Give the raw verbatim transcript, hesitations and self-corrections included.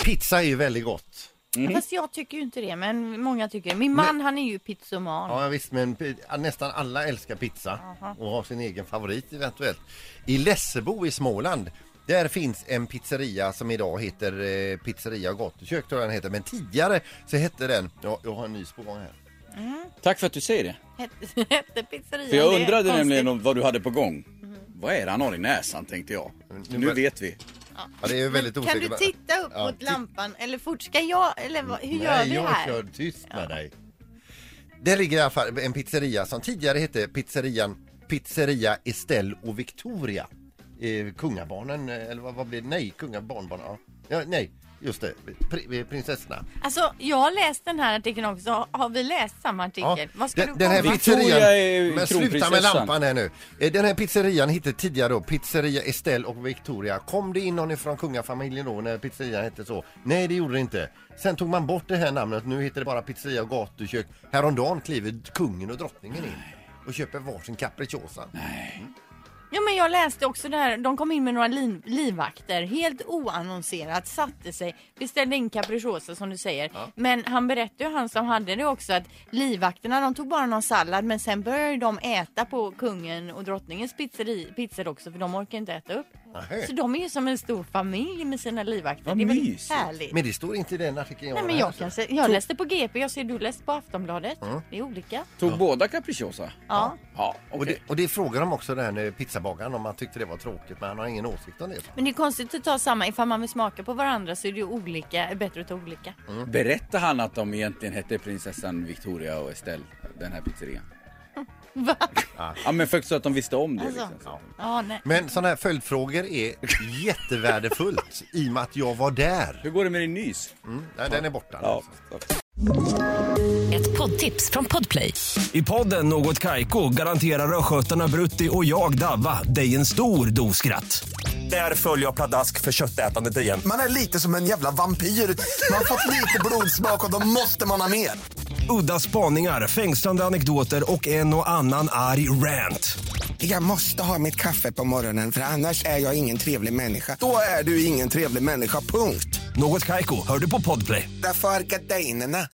Pizza är ju väldigt gott. Mm. Fast jag tycker ju inte det, men många tycker det. Min man, men, han är ju pizzoman. Ja visst, men nästan alla älskar pizza. Aha. Och har sin egen favorit eventuellt. I Lessebo i Småland, där finns en pizzeria som idag heter eh, Pizzeria Gatukök tror jag den heter. Men tidigare så hette den, ja, jag har en nys på gång här. Mm. Tack för att du säger det. Hette, hette pizzeria. För jag undrade nämligen om vad du hade på gång. Mm. Vad är det han har i näsan, tänkte jag. Nu, nu vet vi. Ja. Ja, det är ju väldigt osäkert. Kan du titta upp ja, mot lampan? Eller fort ska jag? Eller vad, hur Nej, gör vi jag här? kör tyst med ja. dig. Det ligger i alla fall en pizzeria som tidigare hette pizzerian Pizzeria Estelle och Victoria. Eh, kungabarnen, eller vad, vad blir det? Nej, kungabarnbarn. Ja. Ja, nej, just det. Pr- prinsessorna. Alltså, jag har läst den här artikeln också. Har vi läst samma artikel? Ja. Vad ska den, du den här pizzerian, men sluta med lampan här nu. Den här pizzerian hette tidigare då Pizzeria Estelle och Victoria. Kom det in någon ifrån kungafamiljen då när pizzerian hette så? Nej, det gjorde det inte. Sen tog man bort det här namnet. Nu heter det bara Pizzeria Gatukök. Häromdagen kliver kungen och drottningen in och köper varsin capricciosa. Nej. Mm. Ja, men jag läste också där, de kom in med några liv, livvakter, helt oannonserat, satte sig, beställde in capricciosa som du säger. Ja. Men han berättade ju, han som hade det också, att livvakterna, de tog bara någon sallad, men sen började de äta på kungen och drottningens pizzeri, pizzor också, för de orkar inte äta upp. Aha. Så de är ju som en stor familj med sina livvakter. Vad det är mysigt. Väldigt härligt. Men det står inte i den artikeln jag Nej, men jag, kanske, jag läste på G P, jag ser du läste på Aftonbladet. Mm. Det är olika. Tog ja. båda capricciosa? Ja. Ja, okay. och, det, och det frågar de också den här pizzabagaren om man tyckte det var tråkigt, men han har ingen åsikt om det. Men det är konstigt att ta samma, ifall man vill smaka på varandra så är det ju olika, är bättre att ta olika. Mm. Berättar han att de egentligen hette prinsessan Victoria och Estelle, den här pizzerian? Va? Ja, men för så att de visste om det. Alltså. Liksom, så. Ja, nej. Men sådana här följdfrågor är jättevärdefullt i och med att jag var där. Hur går det med din nys? Mm, nej, den är borta. Ja. Ett poddtips från Podplay. I podden Något Kaiko garanterar röskötarna Brutti och jag Davva dig en stor doskratt. Där följer jag pladask för köttätandet igen. Man är lite som en jävla vampyr. Man har fått lite blodsmak och då måste man ha mer. Udda spaningar, fängslande anekdoter och en och annan arg rant. Jag måste ha mitt kaffe på morgonen för annars är jag ingen trevlig människa. Då är du ingen trevlig människa, punkt. Något Kaiko, hör du på Podplay. Därför är gardinerna.